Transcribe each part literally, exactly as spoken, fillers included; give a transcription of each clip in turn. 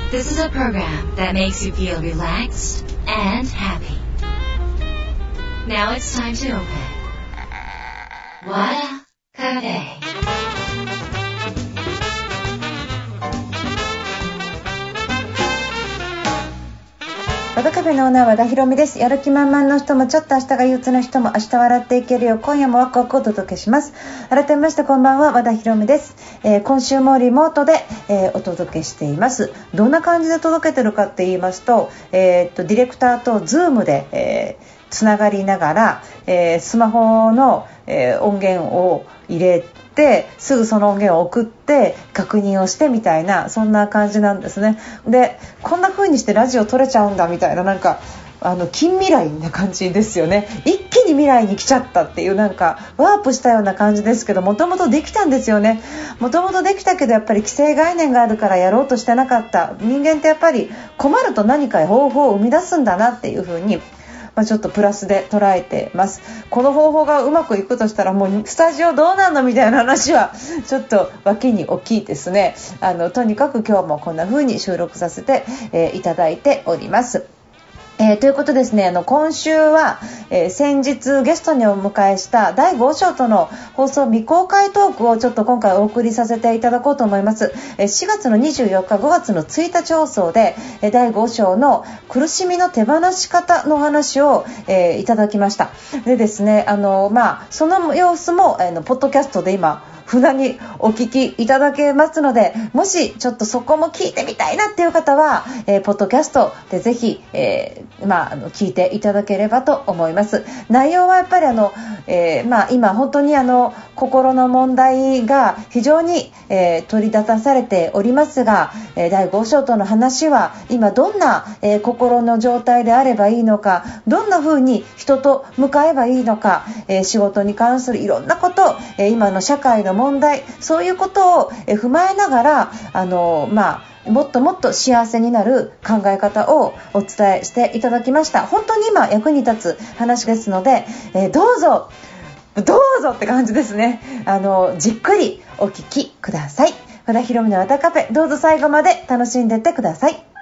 This is a program that makes you feel relaxed and happy. Now it's time to open Wada Cafe. 和田カフェのオーナー和田ひろみです。やる気満々の人もちょっと明日が憂鬱な人も明日笑っていけるよう今夜もワクワクをお届けします。改めましてこんばんは、和田ひろみです。えー、今週もリモートで、えー、お届けしています。どんな感じで届けてるかって言いますと、えー、っとディレクターとズームで、えー、つながりながら、えー、スマホの、えー、音源を入れですぐその音源を送って確認をしてみたいな、そんな感じなんですね。でこんな風にしてラジオ撮れちゃうんだみたいな、なんかあの近未来な感じですよね。一気に未来に来ちゃったっていう、なんかワープしたような感じですけど、もともとできたんですよね。もともとできたけどやっぱり既成概念があるからやろうとしてなかった。人間ってやっぱり困ると何か方法を生み出すんだなっていう風に、まあ、ちょっとプラスで捉えてます。この方法がうまくいくとしたらもうスタジオどうなんのみたいな話はちょっと脇に置きですね。あのとにかく今日もこんな風に収録させて、えー、いただいております。えー、ということですね、あの今週は、えー、先日ゲストにお迎えしただいご章との放送未公開トークをちょっと今回お送りさせていただこうと思います。えー、しがつのにじゅうよっかごがつのついたち放送で、えー、だいご章の苦しみの手放し方のお話を、えー、いただきました。でですね、あの、まあ、その様子も、えー、ポッドキャストで今船にお聞きいただけますので、もしちょっとそこも聞いてみたいなっていう方は、えー、ポッドキャストでぜひ、えーまあ、あの聞いていただければと思います。内容はやっぱりあの、えーまあ、今本当にあの心の問題が非常に、えー、取り立たされておりますが、えー、だいご章との話は今どんな、えー、心の状態であればいいのか、どんな風に人と向かえばいいのか、えー、仕事に関するいろんなこと、えー、今の社会の問題、そういうことを踏まえながら、あの、まあ、もっともっと幸せになる考え方をお伝えしていただきました。本当に今役に立つ話ですので、えー、どうぞどうぞって感じですね。あのじっくりお聞きください。和田ひろみの和田カフェ、どうぞ最後まで楽しんでいってください。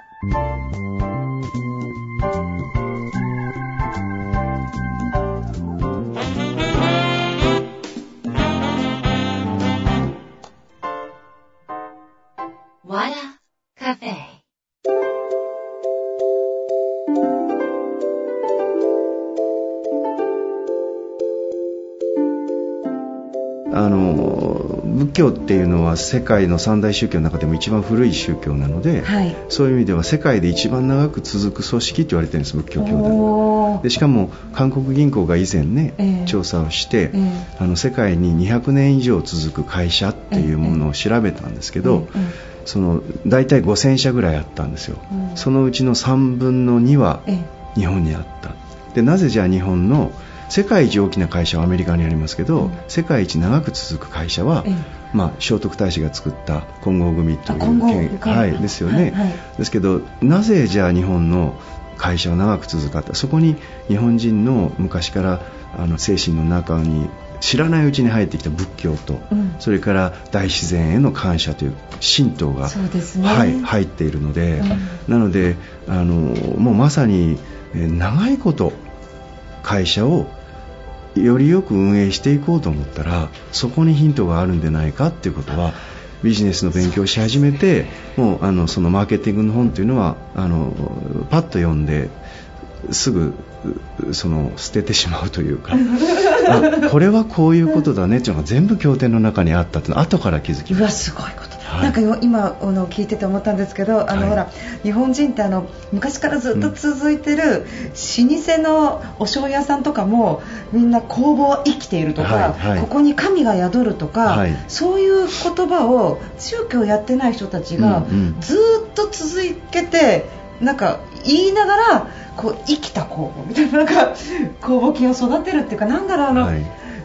あの仏教っていうのは世界の三大宗教の中でも一番古い宗教なので、はい、そういう意味では世界で一番長く続く組織って言われてるんです、仏教教団で。しかも韓国銀行が以前ね、えー、調査をして、えー、あの世界ににひゃくねん以上続く会社っていうものを調べたんですけど、えーえー、その大体ごせんしゃぐらいあったんですよ、うん、そのうちのさんぶんのには日本にあった。でなぜじゃあ日本の世界一大きな会社はアメリカにありますけど、うん、世界一長く続く会社は、ええまあ、聖徳太子が作った金剛組という県、はい、ですよね、はいはい、ですけどなぜじゃあ日本の会社は長く続くかって、そこに日本人の昔からあの精神の中に知らないうちに入ってきた仏教と、うん、それから大自然への感謝という神道が、そうですね、はい、入っているので、うん、なのであのもうまさに長いこと会社をよりよく運営していこうと思ったらそこにヒントがあるんじゃないかっていうことはビジネスの勉強をし始めて、もうあのそのマーケティングの本というのはあのパッと読んですぐその捨ててしまうというかあこれはこういうことだねっていうのが全部経典の中にあったっていうのは後から気づきました。 うわすごいこと、はい、なんか今あの聞いてて思ったんですけど、あの、はい、ほら日本人ってあの昔からずっと続いてる老舗のお醤油屋さんとかもみんな工房は生きているとか、はいはい、ここに神が宿るとか、はい、そういう言葉を宗教やってない人たちがずっと続けて、うんうん、なんか言いながらこう生きた工房みたいな、なんか工房菌を育てるっていうか、なんだろうあの、はい、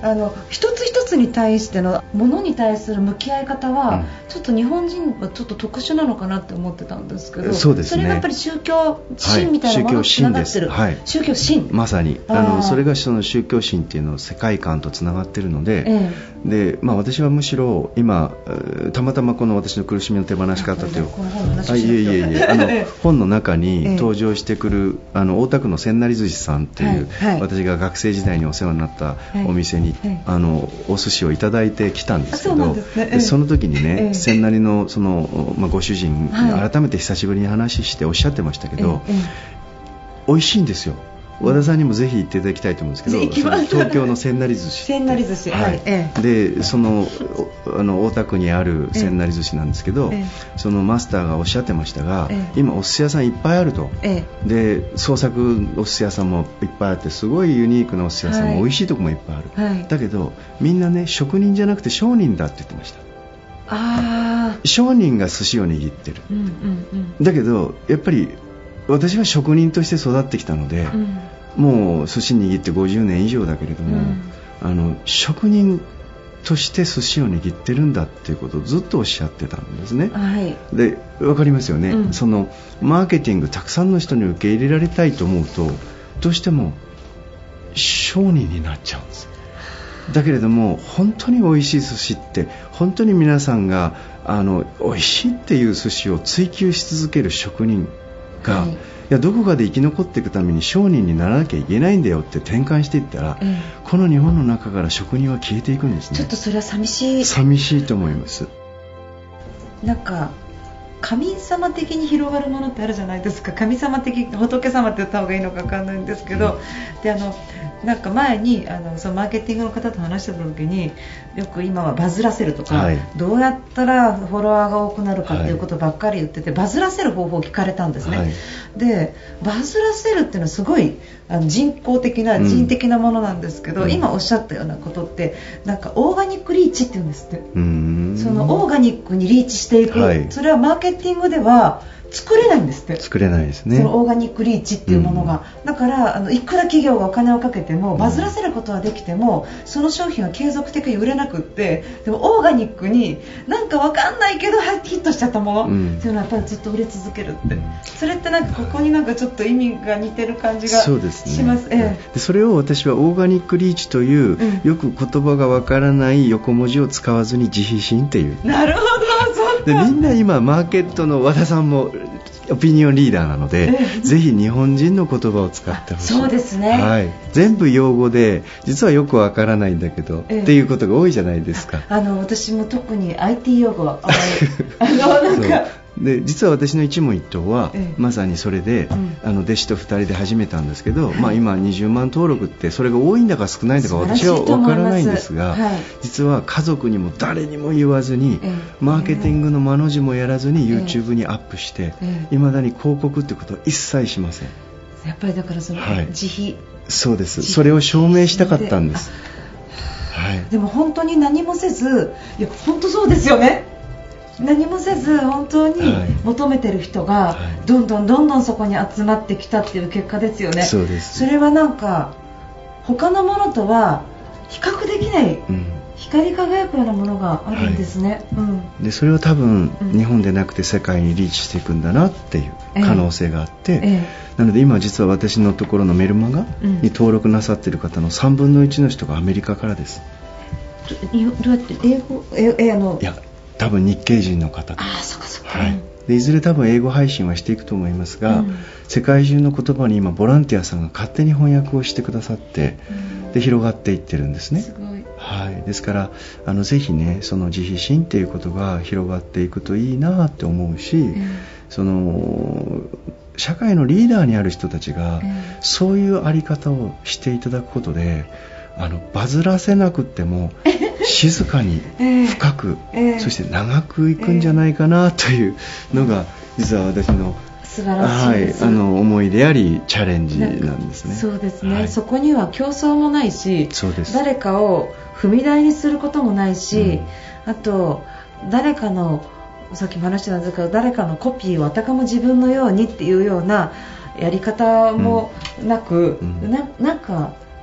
あの一つ一つに対してのものに対する向き合い方は、うん、ちょっと日本人はちょっと特殊なのかなって思ってたんですけど、 そうですね、 それがやっぱり宗教心みたいなものとつながってる、 はい、 宗教心、 まさにあのそれがその宗教心っていうの世界観とつながっているので、ええでまあ、私はむしろ今たまたまこの私の苦しみの手放し方というあいえいえいえあの本の中に登場してくる、ええ、あの大田区の千成寿司さんという、はいはい、私が学生時代にお世話になったお店に、はいはい、あのお寿司をいただいてきたんですけど、 そ, です、ねええ、その時にね、え、千成の、その、まあ、ご主人に改めて久しぶりに話しておっしゃってましたけど、美味しいんですよ。和田さんにもぜひ行っていただきたいと思うんですけど、東京の千成寿司千成寿司、はい、 でそのあの大田区にある千成寿司なんですけど、そのマスターがおっしゃってましたが、今お寿司屋さんいっぱいあると、で創作お寿司屋さんもいっぱいあってすごいユニークなお寿司屋さんも美味しいところもいっぱいある、はい、だけどみんなね職人じゃなくて商人だって言ってました。 あ商人が寿司を握ってる、 うんうんうん、 だけどやっぱり私は職人として育ってきたので、うん、もう寿司握ってごじゅうねん以上だけれども、うん、あの職人として寿司を握ってるんだっていうことをずっとおっしゃってたんですね、 はい、 で分かりますよね、うん、そのマーケティングたくさんの人に受け入れられたいと思うとどうしても商人になっちゃうんです。だけれども本当に美味しい寿司って本当に皆さんがあの美味しいっていう寿司を追求し続ける職人が、はい、いやどこかで生き残っていくために商人にならなきゃいけないんだよって転換していったら、うん、この日本の中から職人は消えていくんですね。 ちょっとそれは寂しい寂しいと思います。 なんか神様的に広がるものってあるじゃないですか。神様的、仏様って言った方がいいのか分かんないんですけど、うん、であのなんか前にあのそのマーケティングの方と話してた時によく今はバズらせるとか、はい、どうやったらフォロワーが多くなるかっていうことばっかり言ってて、はい、バズらせる方法を聞かれたんですね、はい、でバズらせるっていうのはすごいあの人工的な人的なものなんですけど、うん、今おっしゃったようなことってなんかオーガニックリーチっていうんですって。 うーんそのオーガニックにリーチしていく、はい、それはマーケティングでは作れないんですって。 作れないですね。 そのオーガニックリーチっていうものが、うん、だからあのいくら企業がお金をかけてもバズらせることはできても、うん、その商品は継続的に売れなくって、でもオーガニックになんかわかんないけどヒットしちゃったもの、うん、っていうのはやっぱりずっと売れ続けるって、うん、それってなんかここになんかちょっと意味が似てる感じがします。 そうですね、 ええ、でそれを私はオーガニックリーチという、うん、よく言葉がわからない横文字を使わずに自費心っていう。 なるほど、そっか。 でみんな今マーケットの和田さんもオピニオンリーダーなので、ぜひ日本人の言葉を使ってほしい。 そうですね、 はい、全部用語で実はよくわからないんだけど、ええ、っていうことが多いじゃないですか。 あの私も特に アイティー 用語はあのなんかで実は私の一問一答は、ええ、まさにそれで、うん、あの弟子とふたりで始めたんですけど、はい、まあ、今にじゅうまん登録ってそれが多いんだか少ないんだか私は分からないんですが、はい、実は家族にも誰にも言わずに、ええ、マーケティングの間の字もやらずに YouTube にアップしていま、ええ、だに広告ってことは一切しません。 やっぱりだからその、はい、自費そうです。それを証明したかったんです。 はい、でも本当に何もせず、いや本当そうですよね。何もせず本当に求めてる人がどんどんどんどんそこに集まってきたっていう結果ですよね。 そうです。 それはなんか他のものとは比較できない、うん、光り輝くようなものがあるんですね、はい、うん、 でそれは多分、うん、日本でなくて世界にリーチしていくんだなっていう可能性があって、ええええ、なので今実は私のところのメルマガに登録なさっている方のさんぶんのいちの人がアメリカからです。 どうやって英語ええあのいや多分日系人の方で、 ああ、そうかそうか、 はい、でいずれ多分英語配信はしていくと思いますが、うん、世界中の言葉に今ボランティアさんが勝手に翻訳をしてくださって、うん、で広がっていってるんですね。 すごい、 はい、ですからあのぜひねその自費心っていうことが広がっていくといいなって思うし、うん、その社会のリーダーにある人たちが、うん、そういうあり方をしていただくことであのバズらせなくっても静かに深く、えーえー、そして長くいくんじゃないかなというのが実は私の素晴らしいです、 はい、あの思いでありチャレンジなんですね。 そうですね、はい、そこには競争もないし、 そうです。 誰かを踏み台にすることもないし、うん、あと誰かのさっきも話してたんですけど誰かのコピーをあたかも自分のようにっていうようなやり方もなく、うんうん、な, なんか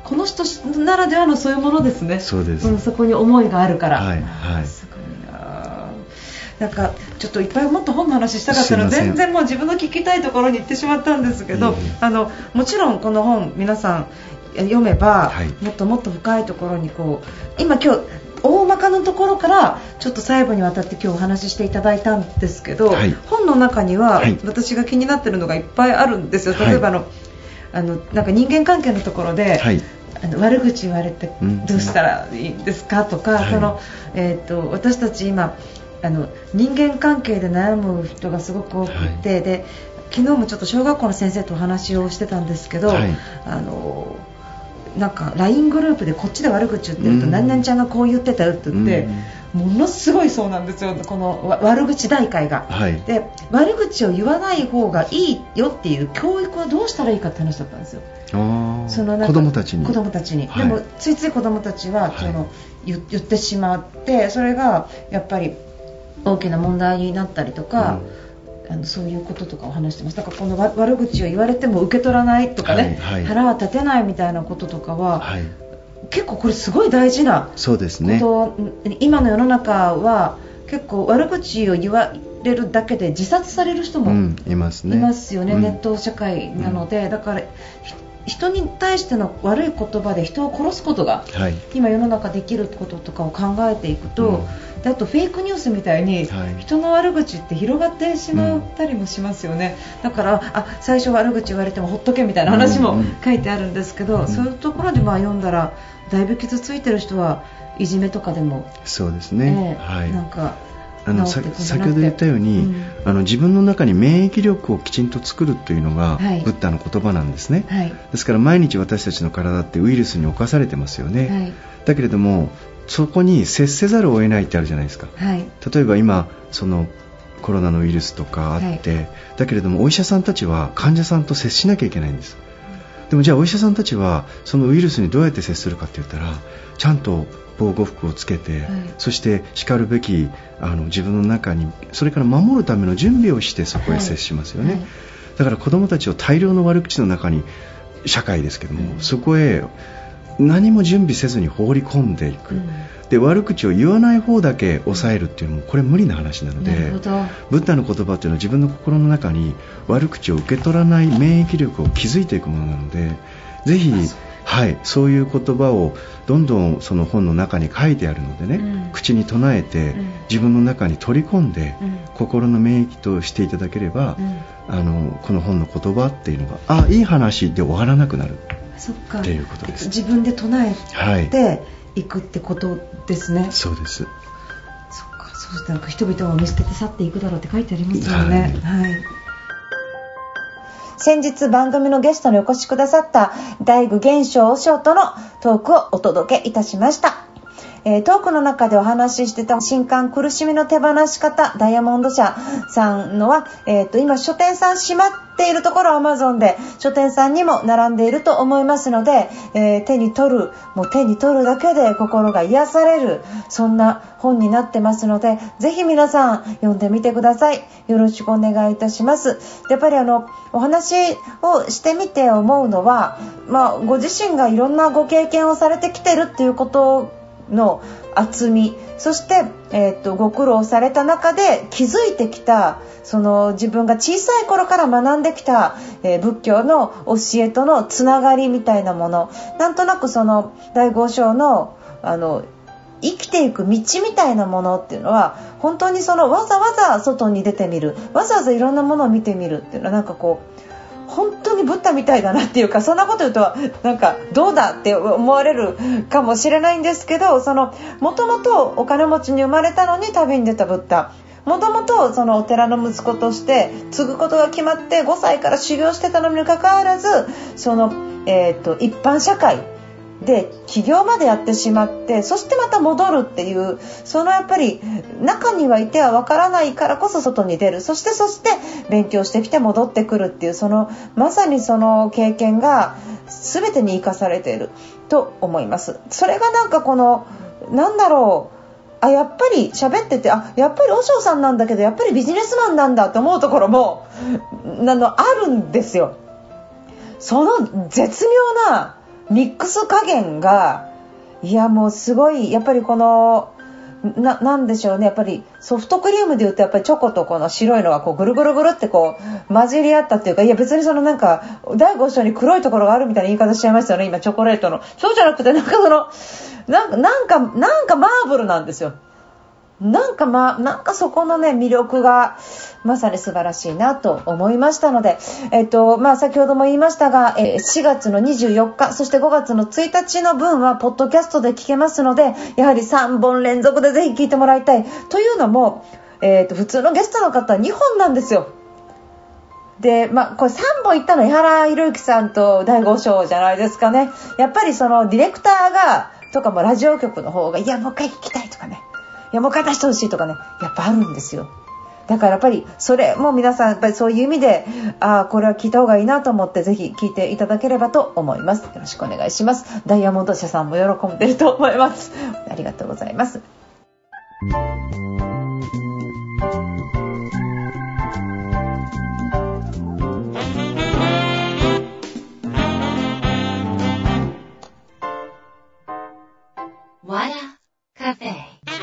この人ならではのそういうものですね。 そうです、 うん、そこに思いがあるから、 はいはい、 すごいな。なんかちょっといっぱいもっと本の話したかったら全然もう自分の聞きたいところに行ってしまったんですけど、あのもちろんこの本皆さん読めば、はい、もっともっと深いところにこう今今日大まかのところからちょっと細部にわたって今日お話ししていただいたんですけど、はい、本の中には私が気になっているのがいっぱいあるんですよ。例えばあの、はい、あのなんか人間関係のところで、はい、あの悪口言われてどうしたらいいですかとか、はい、そのえー、と私たち今あの人間関係で悩む人がすごく多くて、はい、で昨日もちょっと小学校の先生とお話をしてたんですけど、はい、あのなんか ライン グループでこっちで悪口言ってると、うん、何々ちゃんがこう言ってたよって言って、うん、ものすごいそうなんですよ、この悪口大会が、はい、で悪口を言わない方がいいよっていう教育はどうしたらいいかって話だったんですよ。 あそのなんか子供たちに子供たちに、はい、でもついつい子供たちはその、はい、言, 言ってしまって、それがやっぱり大きな問題になったりとか、うん、あのそういうこととかを話してます。だからこの悪口を言われても受け取らないとかね、はいはい、腹は立てないみたいなこととかは、はい、結構これすごい大事なこと。 そうですね、 今の世の中は結構悪口を言われるだけで自殺される人も、うん、いますね、いますよね、うん、ネット社会なので、うん、だから人に対しての悪い言葉で人を殺すことが、はい、今世の中できることとかを考えていくと、うん、であとフェイクニュースみたいに、はい、人の悪口って広がってしまったりもしますよね、うん、だからあ最初悪口言われてもほっとけみたいな話も書いてあるんですけど、うんうん、そういうところでまあ読んだらだいぶ傷ついてる人はいじめとかでもそうですね、 えーはい、なんかあのさ先ほど言ったように、うん、あの自分の中に免疫力をきちんと作るというのが、はい、ブッダの言葉なんですね、はい、ですから毎日私たちの体ってウイルスに侵されてますよね、はい、だけれどもそこに接せざるを得ないってあるじゃないですか、はい、例えば今そのコロナのウイルスとかあって、はい、だけれどもお医者さんたちは患者さんと接しなきゃいけないんです、うん、でもじゃあお医者さんたちはそのウイルスにどうやって接するかって言ったらちゃんと防護服をつけて、はい、そしてしかるべきあの自分の中にそれから守るための準備をしてそこへ接しますよね、はいはい、だから子どもたちを大量の悪口の中に社会ですけども、うん、そこへ何も準備せずに放り込んでいく、うん、で悪口を言わない方だけ抑えるっていうのもこれ無理な話なので、ブッダの言葉っていうのは自分の心の中に悪口を受け取らない免疫力を築いていくものなので、ぜひはい、そういう言葉をどんどんその本の中に書いてあるのでね、うん、口に唱えて、うん、自分の中に取り込んで、うん、心の免疫としていただければ、うん、あのこの本の言葉っていうのがあいい話で終わらなくなるっていうことです。 自分で唱えていくってことですね、 はい、そうです。そっか、そうしたら人々を見捨てて去っていくだろうって書いてありますよね、はいはい。先日番組のゲストにお越しくださった大工現象和尚とのトークをお届けいたしました、えー、トークの中でお話ししてた新刊苦しみの手放し方ダイヤモンド社さんのは、えー、と今書店さん閉まっているところは Amazon で書店さんにも並んでいると思いますので、えー、手に取るもう手に取るだけで心が癒されるそんな本になってますので、ぜひ皆さん読んでみてください。よろしくお願いいたします。やっぱりあのお話をしてみて思うのは、まあ、ご自身がいろんなご経験をされてきてるっていうことの厚み、そして、えー、とご苦労された中で気づいてきたその自分が小さい頃から学んできた、えー、仏教の教えとのつながりみたいなもの、なんとなくその大豪商のあの生きていく道みたいなものっていうのは本当にそのわざわざ外に出てみる、わざわざいろんなものを見てみるっていうのはなんかこう本当にブッダみたいだなっていうか、そんなこと言うとなんかどうだって思われるかもしれないんですけど、そのもともとお金持ちに生まれたのに旅に出たブッダ、もともとそのお寺の息子として継ぐことが決まってごさいから修行してたのにもかかわらず、その、えーと、一般社会で起業までやってしまって、そしてまた戻るっていう、そのやっぱり中にはいてはわからないからこそ外に出る、そしてそして勉強してきて戻ってくるっていう、そのまさにその経験が全てに生かされていると思います。それがなんかこのなんだろう、あやっぱり喋ってて、あやっぱり和尚さんなんだけどやっぱりビジネスマンなんだと思うところもあのあるんですよ。その絶妙なミックス加減がいやもうすごい、やっぱりこのな, なんでしょうね、やっぱりソフトクリームでいうとやっぱりチョコとこの白いのがこうぐるぐるぐるってこう混じり合ったっていうか、いや別にそのなんかだいご章に黒いところがあるみたいな言い方しちゃいましたよね今チョコレートの。そうじゃなくてなんかそのななんかなんかマーブルなんですよ。なんかまあなんかそこのね魅力がまさに素晴らしいなと思いましたので、えっとまあ先ほども言いましたが、えー、しがつのにじゅうよっかそしてごがつのついたちの分はポッドキャストで聞けますので、やはりさんぼん連続でぜひ聞いてもらいたいというのも、えー、と普通のゲストの方はにほんなんですよ。で、まあ、これさんぼんいったのは江原博之さんとだいご章じゃないですかね。やっぱりそのディレクターがとかもラジオ局の方がいやもう一回聞きたいとかね、いやもう一回出してほしいとかね、やっぱあるんですよ。だからやっぱりそれも皆さんやっぱりそういう意味であこれは聞いた方がいいなと思ってぜひ聞いていただければと思います。よろしくお願いします。ダイヤモンド社さんも喜んでると思います。ありがとうございます。 和田カフェ。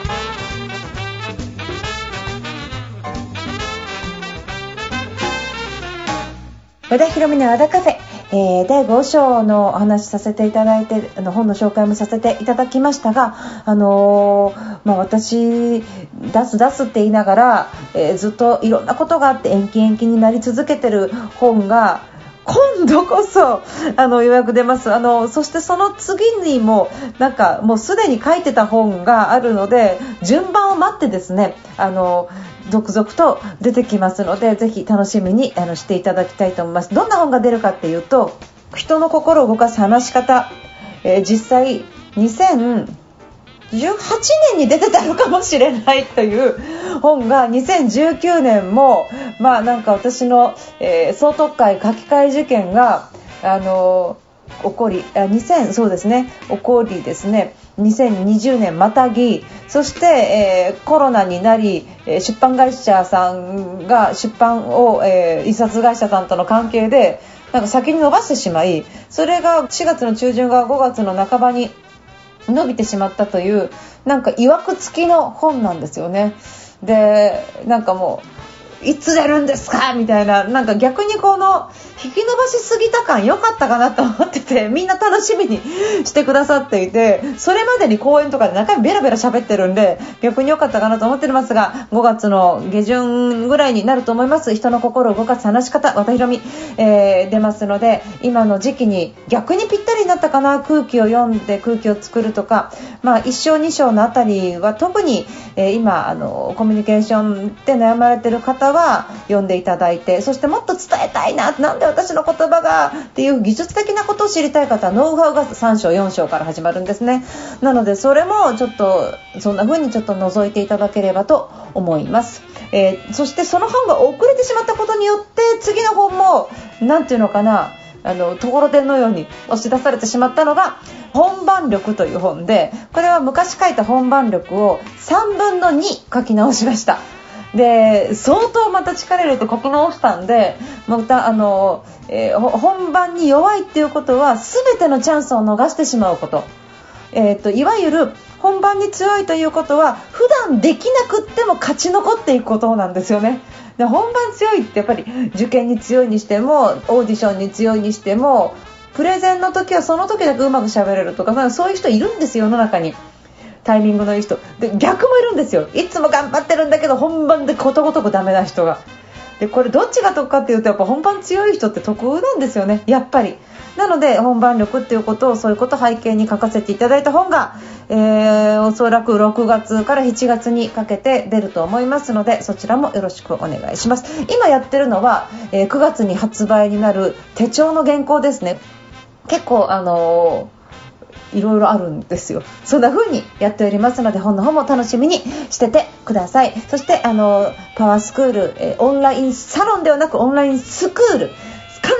和田博美の和田カフェ、えー、だいご章のお話しさせていただいて、あの本の紹介もさせていただきましたが、あのーまあ、私出す出すって言いながら、えー、ずっといろんなことがあって延期延期になり続けてる本が今度こそあの予約出ます。あのそしてその次にもなんかもうすでに書いてた本があるので順番を待ってですね、あの続々と出てきますのでぜひ楽しみにあのしていただきたいと思います。どんな本が出るかっていうと、人の心を動かす話し方、えー、実際にせんじゅうはちねんに出てたのかもしれないという本がにせんじゅうきゅうねんもまあなんか私の、えー、総特会書き換え事件があのー、起こりあにせんそうですね起こりですねにせんにじゅうねんまたぎ、そして、えー、コロナになり、えー、出版会社さんが出版を、えー、印刷会社さんとの関係でなんか先に伸ばしてしまい、それがしがつの中旬がごがつの半ばに伸びてしまったというなんか曰く付きの本なんですよね。でなんかもういつ出るんですかみたいな、なんか逆にこの引き伸ばしすぎた感良かったかなと思ってて、みんな楽しみにしてくださっていて、それまでに講演とかで中身ベラベラ喋ってるんで逆に良かったかなと思ってますが、ごがつの下旬ぐらいになると思います。人の心を動かす話し方、和田博美、えー、出ますので、今の時期に逆にぴったりになったかな。空気を読んで空気を作るとか、まあ、いっ章に章のあたりは特に、えー、今あのコミュニケーションで悩まれている方は読んでいただいて、そしてもっと伝えたいな、なんで私の言葉がっていう技術的なことを知りたい方はノウハウがさん章よん章から始まるんですね。なのでそれもちょっとそんな風にちょっと覗いていただければと思います。えー、そしてその本が遅れてしまったことによって次の本もなんていうのかな、あのところてんのように押し出されてしまったのが本番力という本で、これは昔書いた本番力をさんぶんのに書き直しました。で相当また力入れて書き直したんで、またあの、えー、本番に弱いっていうことは全てのチャンスを逃してしまうこと、えー、といわゆる本番に強いということは普段できなくっても勝ち残っていくことなんですよね。で本番強いってやっぱり受験に強いにしてもオーディションに強いにしてもプレゼンの時はその時だけうまく喋れるとか、そういう人いるんですよ世の中に。タイミングのいい人で逆もいるんですよ。いつも頑張ってるんだけど本番でことごとくダメな人が。でこれどっちが得かっていうとやっぱ本番強い人って得なんですよね、やっぱり。なので本番力っていうことをそういうことを背景に書かせていただいた本が、えー、おそらくろくがつからしちがつにかけて出ると思いますので、そちらもよろしくお願いします。今やってるのは、えー、くがつに発売になる手帳の原稿ですね。結構あのーいろいろあるんですよ。そんな風にやっておりますので本の方も楽しみにしててください。そしてあのパワースクール、えー、オンラインサロンではなくオンラインスクール、完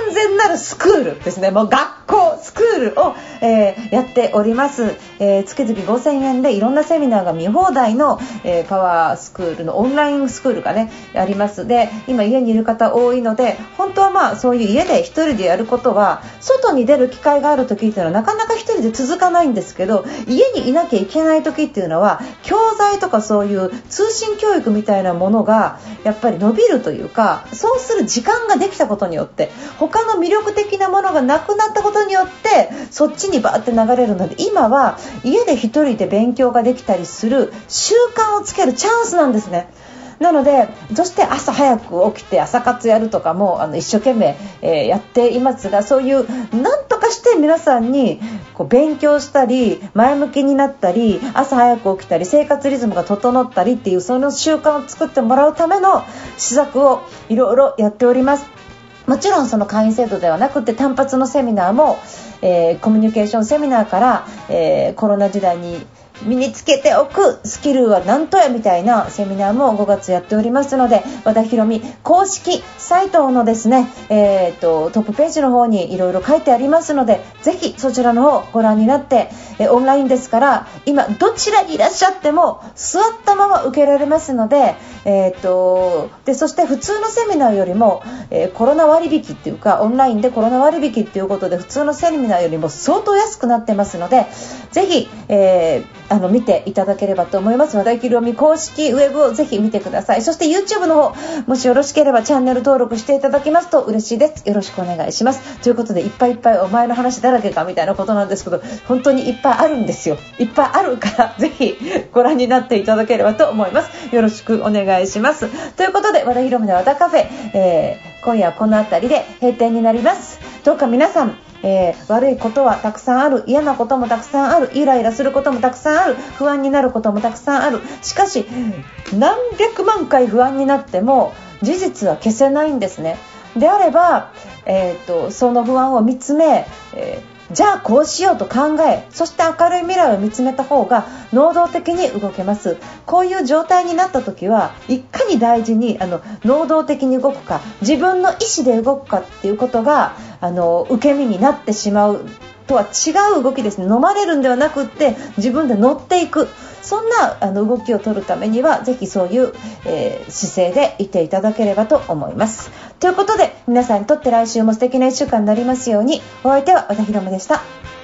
全なるスクールですね。もう学校スクールを、えー、やっております、えー、月々ごせんえんでいろんなセミナーが見放題の、えー、パワースクールのオンラインスクールがねあります。で今家にいる方多いので、本当はまあそういう家で一人でやることは外に出る機会がある時っていうのはなかなか一人で続かないんですけど、家にいなきゃいけない時っていうのは教材とかそういう通信教育みたいなものがやっぱり伸びるというか、そうする時間ができたことによって他の魅力的なものがなくなったことによってそっちにバーって流れるので、今は家で一人で勉強ができたりする習慣をつけるチャンスなんですね。なのでそして朝早く起きて朝活やるとかもあの一生懸命、えー、やっていますが、そういうなんとかして皆さんにこう勉強したり前向きになったり朝早く起きたり生活リズムが整ったりっていうその習慣を作ってもらうための施策をいろいろやっております。もちろんその会員制度ではなくて単発のセミナーも、えー、コミュニケーションセミナーから、えー、コロナ時代に身につけておくスキルは何とやみたいなセミナーもごがつやっておりますので、和田博美公式サイトのですね、えー、とトップページの方にいろいろ書いてありますので、ぜひそちらの方ご覧になって、えー、オンラインですから今どちらにいらっしゃっても座ったまま受けられますので、えー、とでそして普通のセミナーよりも、えー、コロナ割引っていうかオンラインでコロナ割引っていうことで普通のセミナーよりも相当安くなってますので、ぜひ、えーあの見ていただければと思います。和田博美公式ウェブをぜひ見てください。そして YouTube の方もしよろしければチャンネル登録していただきますと嬉しいです。よろしくお願いします。ということでいっぱいいっぱいお前の話だらけかみたいなことなんですけど、本当にいっぱいあるんですよ。いっぱいあるからぜひご覧になっていただければと思います。よろしくお願いします。ということで和田博美の和田カフェ、えー、今夜はこの辺りで閉店になります。どうか皆さんえー、悪いことはたくさんある、嫌なこともたくさんある、イライラすることもたくさんある、不安になることもたくさんある。しかし何百万回不安になっても事実は消せないんですね。であれば、えー、とその不安を見つめ、えーじゃあこうしようと考え、そして明るい未来を見つめた方が能動的に動けます。こういう状態になった時はいかに大事にあの能動的に動くか、自分の意思で動くかっていうことがあの受け身になってしまうとは違う動きですね。飲まれるんではなくって自分で乗っていく、そんなあの動きを取るためにはぜひそういう、えー、姿勢でいていただければと思います。ということで皆さんにとって来週も素敵ないっしゅうかんになりますように。お相手は和田博美でした。